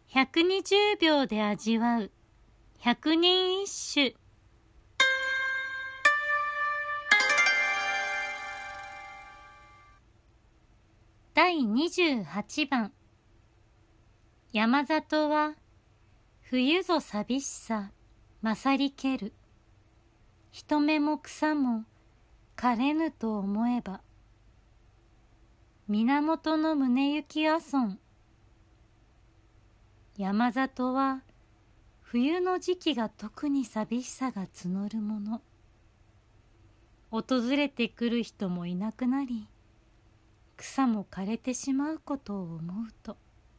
120秒で味わう百人一首。第28番。山里は冬ぞ寂しさ勝りける。人目も草も枯れぬと思えば。源の宗行阿尊。山里は冬の時期が特に寂しさが募るもの。訪れてくる人もいなくなり、草も枯れてしまうことを思うと、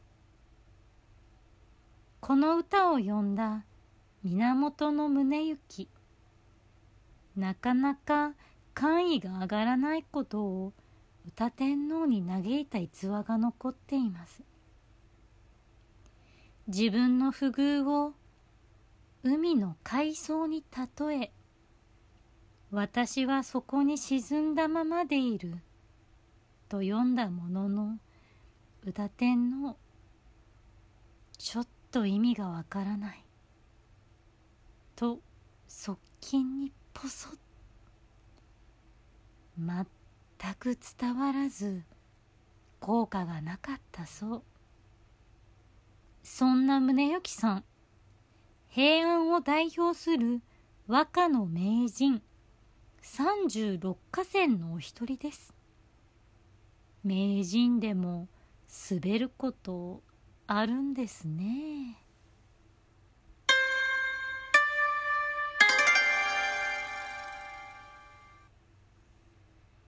この歌を詠んだ源の宗行、なかなか官位が上がらないことを歌天皇に嘆いた逸話が残っています。自分の不遇を海の海藻に例え、私はそこに沈んだままでいると読んだものの、歌天皇、ちょっと意味がわからないと側近にポソッ。全く伝わらず効果がなかったそう。そんな宗行さん、平安を代表する和歌の名人36歌仙のお一人です。名人でも滑ることあるんですね。